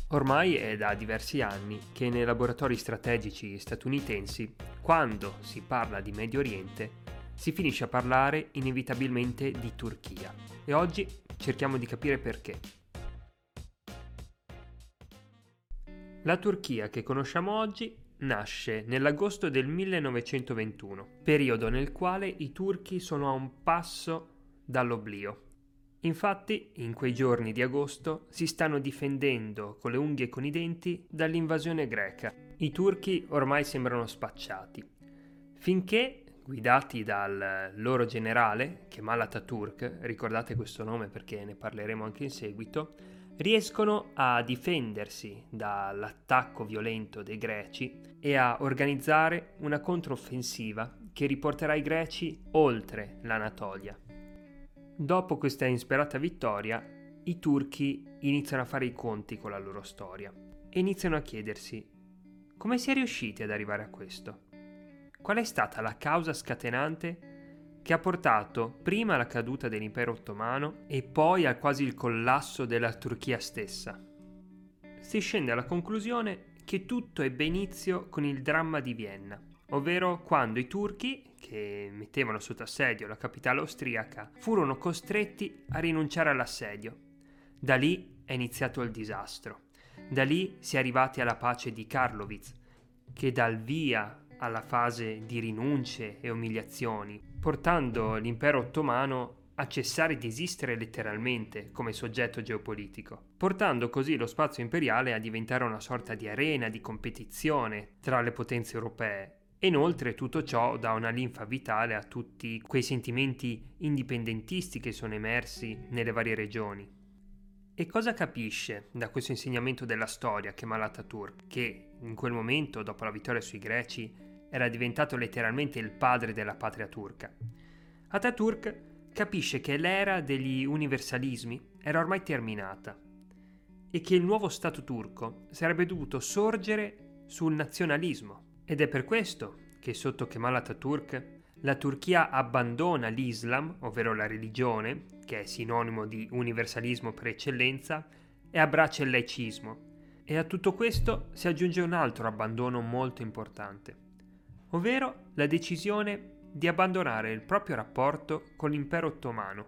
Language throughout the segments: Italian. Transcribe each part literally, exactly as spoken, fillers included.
Ormai è da diversi anni che nei laboratori strategici statunitensi, quando si parla di Medio Oriente, si finisce a parlare inevitabilmente di Turchia. E oggi cerchiamo di capire perché. La Turchia che conosciamo oggi nasce nell'agosto del millenovecentoventuno, periodo nel quale i turchi sono a un passo dall'oblio. Infatti, in quei giorni di agosto si stanno difendendo con le unghie e con i denti dall'invasione greca. I turchi ormai sembrano spacciati, finché, guidati dal loro generale, Kemal Atatürk, ricordate questo nome perché ne parleremo anche in seguito, riescono a difendersi dall'attacco violento dei greci e a organizzare una controffensiva che riporterà i greci oltre l'Anatolia. Dopo questa insperata vittoria, i turchi iniziano a fare i conti con la loro storia e iniziano a chiedersi: come si è riusciti ad arrivare a questo? Qual è stata la causa scatenante che ha portato prima alla caduta dell'impero ottomano e poi a quasi il collasso della Turchia stessa? Si scende alla conclusione che tutto ebbe inizio con il dramma di Vienna, ovvero quando i turchi, che mettevano sotto assedio la capitale austriaca, furono costretti a rinunciare all'assedio. Da lì è iniziato il disastro. Da lì si è arrivati alla pace di Karlowitz, che dà il via alla fase di rinunce e umiliazioni, portando l'impero ottomano a cessare di esistere letteralmente come soggetto geopolitico, portando così lo spazio imperiale a diventare una sorta di arena di competizione tra le potenze europee. E inoltre tutto ciò dà una linfa vitale a tutti quei sentimenti indipendentisti che sono emersi nelle varie regioni. E cosa capisce da questo insegnamento della storia Kemal Atatürk, che in quel momento, dopo la vittoria sui greci, era diventato letteralmente il padre della patria turca? Atatürk capisce che l'era degli universalismi era ormai terminata e che il nuovo Stato turco sarebbe dovuto sorgere sul nazionalismo. Ed è per questo che sotto Kemal Atatürk la Turchia abbandona l'Islam, ovvero la religione, che è sinonimo di universalismo per eccellenza, e abbraccia il laicismo. E a tutto questo si aggiunge un altro abbandono molto importante, ovvero la decisione di abbandonare il proprio rapporto con l'impero ottomano.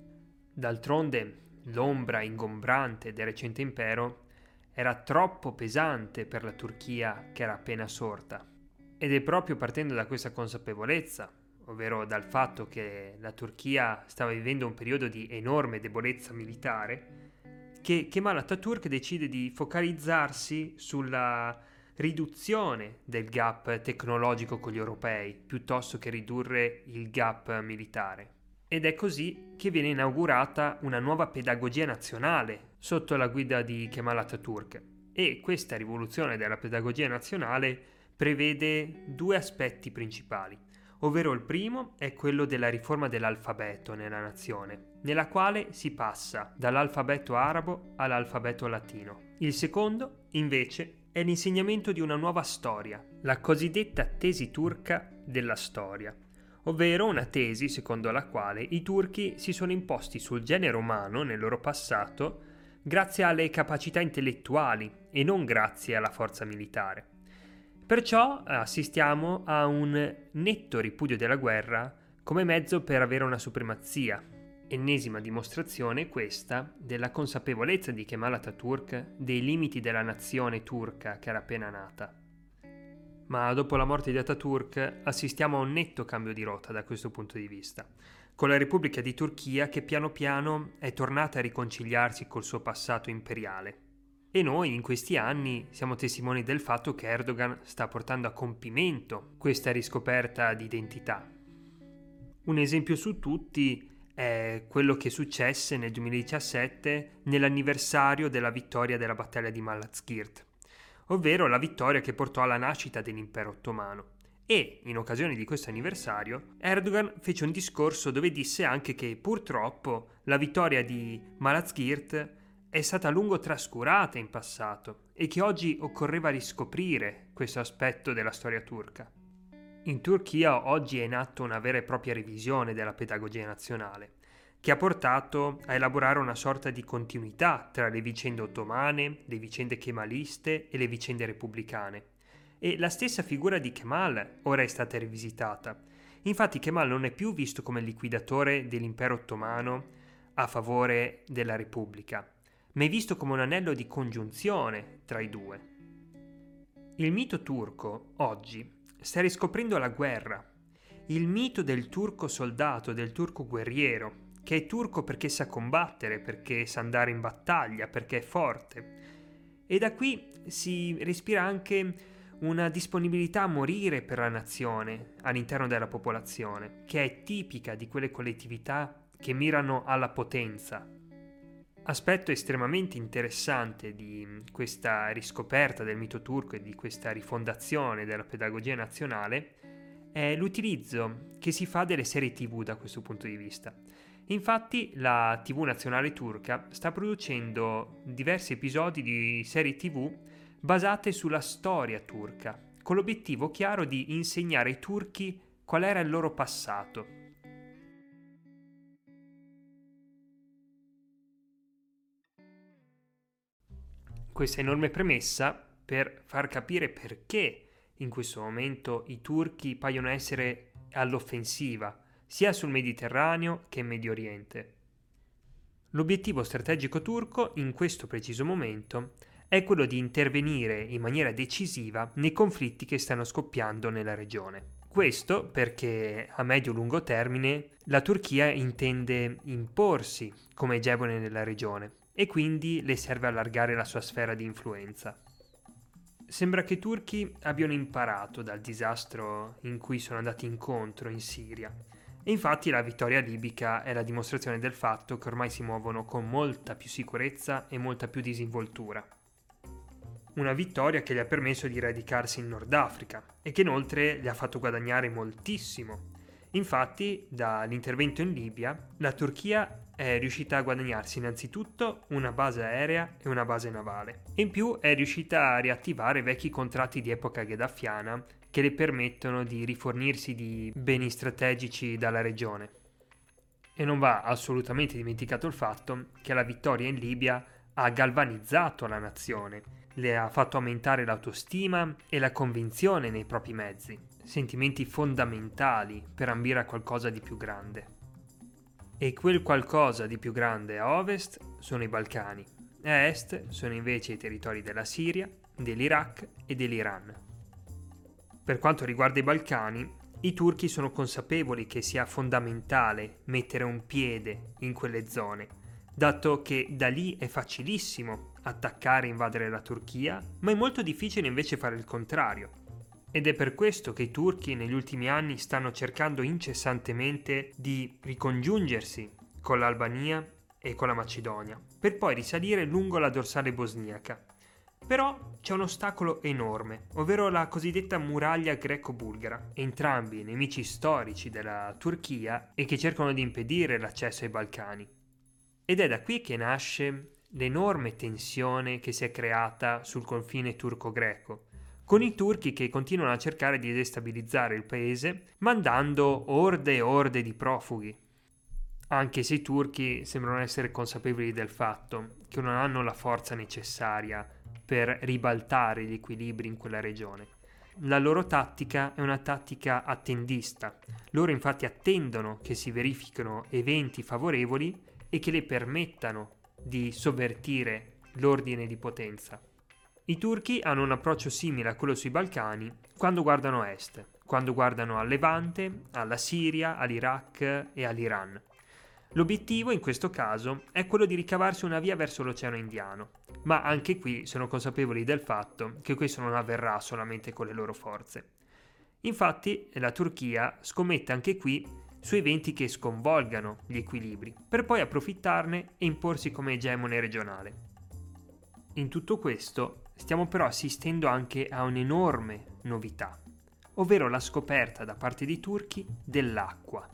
D'altronde, l'ombra ingombrante del recente impero era troppo pesante per la Turchia che era appena sorta. Ed è proprio partendo da questa consapevolezza, ovvero dal fatto che la Turchia stava vivendo un periodo di enorme debolezza militare, che Kemal Atatürk decide di focalizzarsi sulla riduzione del gap tecnologico con gli europei, piuttosto che ridurre il gap militare. Ed è così che viene inaugurata una nuova pedagogia nazionale sotto la guida di Kemal Atatürk. E questa rivoluzione della pedagogia nazionale prevede due aspetti principali, ovvero il primo è quello della riforma dell'alfabeto nella nazione, nella quale si passa dall'alfabeto arabo all'alfabeto latino. Il secondo, invece, è l'insegnamento di una nuova storia, la cosiddetta tesi turca della storia, ovvero una tesi secondo la quale i turchi si sono imposti sul genere umano nel loro passato grazie alle capacità intellettuali e non grazie alla forza militare. Perciò assistiamo a un netto ripudio della guerra come mezzo per avere una supremazia, ennesima dimostrazione questa della consapevolezza di Kemal Atatürk dei limiti della nazione turca che era appena nata. Ma dopo la morte di Atatürk assistiamo a un netto cambio di rotta da questo punto di vista, con la Repubblica di Turchia che piano piano è tornata a riconciliarsi col suo passato imperiale. E noi in questi anni siamo testimoni del fatto che Erdogan sta portando a compimento questa riscoperta di identità. Un esempio su tutti è quello che successe nel duemiladiciassette nell'anniversario della vittoria della battaglia di Malazgirt, ovvero la vittoria che portò alla nascita dell'impero ottomano. E, in occasione di questo anniversario, Erdogan fece un discorso dove disse anche che purtroppo la vittoria di Malazgirt è stata a lungo trascurata in passato e che oggi occorreva riscoprire questo aspetto della storia turca. In Turchia oggi è in atto una vera e propria revisione della pedagogia nazionale, che ha portato a elaborare una sorta di continuità tra le vicende ottomane, le vicende kemaliste e le vicende repubblicane. E la stessa figura di Kemal ora è stata rivisitata. Infatti Kemal non è più visto come liquidatore dell'impero ottomano a favore della Repubblica, ma è visto come un anello di congiunzione tra i due. Il mito turco, oggi, sta riscoprendo la guerra. Il mito del turco soldato, del turco guerriero, che è turco perché sa combattere, perché sa andare in battaglia, perché è forte. E da qui si respira anche una disponibilità a morire per la nazione all'interno della popolazione, che è tipica di quelle collettività che mirano alla potenza. Aspetto estremamente interessante di questa riscoperta del mito turco e di questa rifondazione della pedagogia nazionale è l'utilizzo che si fa delle serie tivù da questo punto di vista. Infatti la tivù nazionale turca sta producendo diversi episodi di serie tivù basate sulla storia turca, con l'obiettivo chiaro di insegnare ai turchi qual era il loro passato. Questa enorme premessa per far capire perché in questo momento i turchi paiono essere all'offensiva, sia sul Mediterraneo che in Medio Oriente. L'obiettivo strategico turco in questo preciso momento è quello di intervenire in maniera decisiva nei conflitti che stanno scoppiando nella regione. Questo perché a medio-lungo termine la Turchia intende imporsi come egemone nella regione e quindi le serve allargare la sua sfera di influenza. Sembra che i turchi abbiano imparato dal disastro in cui sono andati incontro in Siria. E infatti la vittoria libica è la dimostrazione del fatto che ormai si muovono con molta più sicurezza e molta più disinvoltura. Una vittoria che gli ha permesso di radicarsi in Nord Africa e che inoltre gli ha fatto guadagnare moltissimo. Infatti, dall'intervento in Libia, la Turchia è riuscita a guadagnarsi innanzitutto una base aerea e una base navale. E in più è riuscita a riattivare vecchi contratti di epoca gheddafiana che le permettono di rifornirsi di beni strategici dalla regione. E non va assolutamente dimenticato il fatto che la vittoria in Libia ha galvanizzato la nazione, le ha fatto aumentare l'autostima e la convinzione nei propri mezzi, sentimenti fondamentali per ambire a qualcosa di più grande. E quel qualcosa di più grande a ovest sono i Balcani, e a est sono invece i territori della Siria, dell'Iraq e dell'Iran. Per quanto riguarda i Balcani, i turchi sono consapevoli che sia fondamentale mettere un piede in quelle zone, dato che da lì è facilissimo attaccare e invadere la Turchia, ma è molto difficile invece fare il contrario. Ed è per questo che i turchi negli ultimi anni stanno cercando incessantemente di ricongiungersi con l'Albania e con la Macedonia, per poi risalire lungo la dorsale bosniaca. Però c'è un ostacolo enorme, ovvero la cosiddetta muraglia greco-bulgara, entrambi nemici storici della Turchia e che cercano di impedire l'accesso ai Balcani. Ed è da qui che nasce l'enorme tensione che si è creata sul confine turco-greco, con i turchi che continuano a cercare di destabilizzare il paese mandando orde e orde di profughi, anche se i turchi sembrano essere consapevoli del fatto che non hanno la forza necessaria per ribaltare gli equilibri in quella regione. La loro tattica è una tattica attendista. Loro infatti attendono che si verifichino eventi favorevoli e che le permettano di sovvertire l'ordine di potenza. I turchi hanno un approccio simile a quello sui Balcani quando guardano a est, quando guardano al Levante, alla Siria, all'Iraq e all'Iran. L'obiettivo in questo caso è quello di ricavarsi una via verso l'Oceano Indiano, ma anche qui sono consapevoli del fatto che questo non avverrà solamente con le loro forze. Infatti la Turchia scommette anche qui su eventi che sconvolgano gli equilibri, per poi approfittarne e imporsi come egemone regionale. In tutto questo stiamo però assistendo anche a un'enorme novità, ovvero la scoperta da parte dei turchi dell'acqua.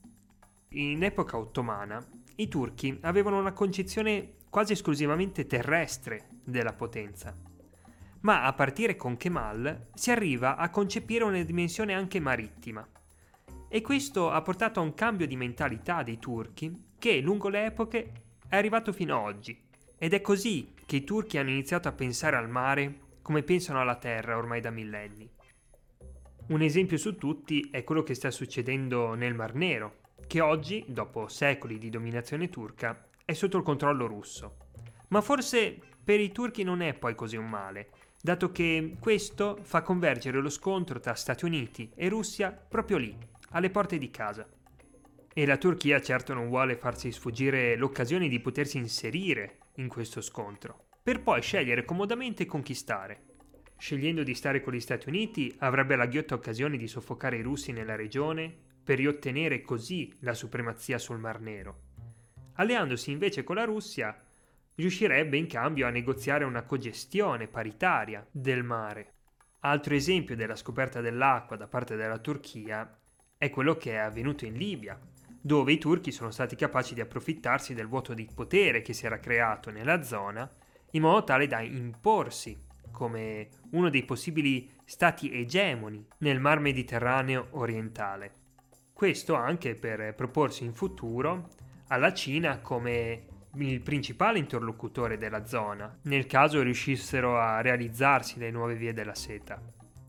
In epoca ottomana i turchi avevano una concezione quasi esclusivamente terrestre della potenza, ma a partire con Kemal si arriva a concepire una dimensione anche marittima. E questo ha portato a un cambio di mentalità dei turchi che lungo le epoche è arrivato fino ad oggi. Ed è così che i turchi hanno iniziato a pensare al mare come pensano alla terra ormai da millenni. Un esempio su tutti è quello che sta succedendo nel Mar Nero, che oggi, dopo secoli di dominazione turca, è sotto il controllo russo. Ma forse per i turchi non è poi così un male, dato che questo fa convergere lo scontro tra Stati Uniti e Russia proprio lì, alle porte di casa. E la Turchia certo non vuole farsi sfuggire l'occasione di potersi inserire in questo scontro, per poi scegliere comodamente e conquistare. Scegliendo di stare con gli Stati Uniti avrebbe la ghiotta occasione di soffocare i russi nella regione per riottenere così la supremazia sul Mar Nero. Alleandosi invece con la Russia riuscirebbe in cambio a negoziare una cogestione paritaria del mare. Altro esempio della scoperta dell'acqua da parte della Turchia è quello che è avvenuto in Libia, dove i turchi sono stati capaci di approfittarsi del vuoto di potere che si era creato nella zona in modo tale da imporsi come uno dei possibili stati egemoni nel Mar Mediterraneo orientale. Questo anche per proporsi in futuro alla Cina come il principale interlocutore della zona, nel caso riuscissero a realizzarsi le nuove vie della seta.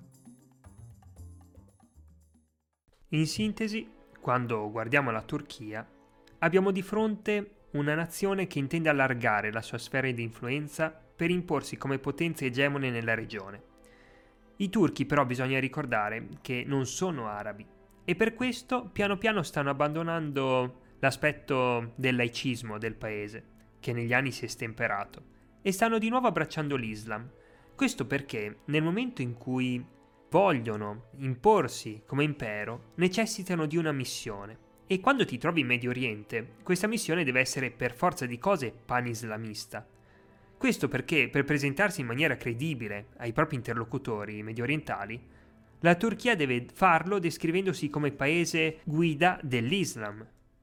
In sintesi, quando guardiamo la Turchia, abbiamo di fronte una nazione che intende allargare la sua sfera di influenza per imporsi come potenza egemone nella regione. I turchi però bisogna ricordare che non sono arabi e per questo piano piano stanno abbandonando l'aspetto del laicismo del paese, che negli anni si è stemperato, e stanno di nuovo abbracciando l'Islam. Questo perché nel momento in cui vogliono imporsi come impero, necessitano di una missione. E quando ti trovi in Medio Oriente, questa missione deve essere per forza di cose pan-islamista. Questo perché, per presentarsi in maniera credibile ai propri interlocutori mediorientali, la Turchia deve farlo descrivendosi come paese guida dell'Islam.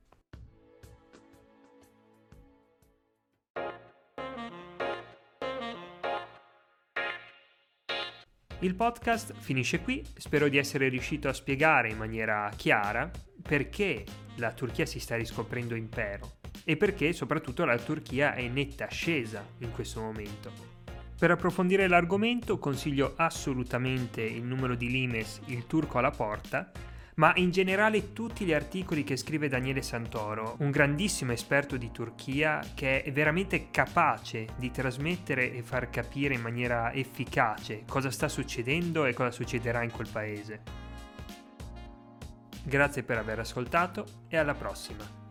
Il podcast finisce qui, spero di essere riuscito a spiegare in maniera chiara perché la Turchia si sta riscoprendo impero e perché soprattutto la Turchia è in netta ascesa in questo momento. Per approfondire l'argomento consiglio assolutamente il numero di Limes Il Turco alla Porta, ma in generale tutti gli articoli che scrive Daniele Santoro, un grandissimo esperto di Turchia che è veramente capace di trasmettere e far capire in maniera efficace cosa sta succedendo e cosa succederà in quel paese. Grazie per aver ascoltato e alla prossima!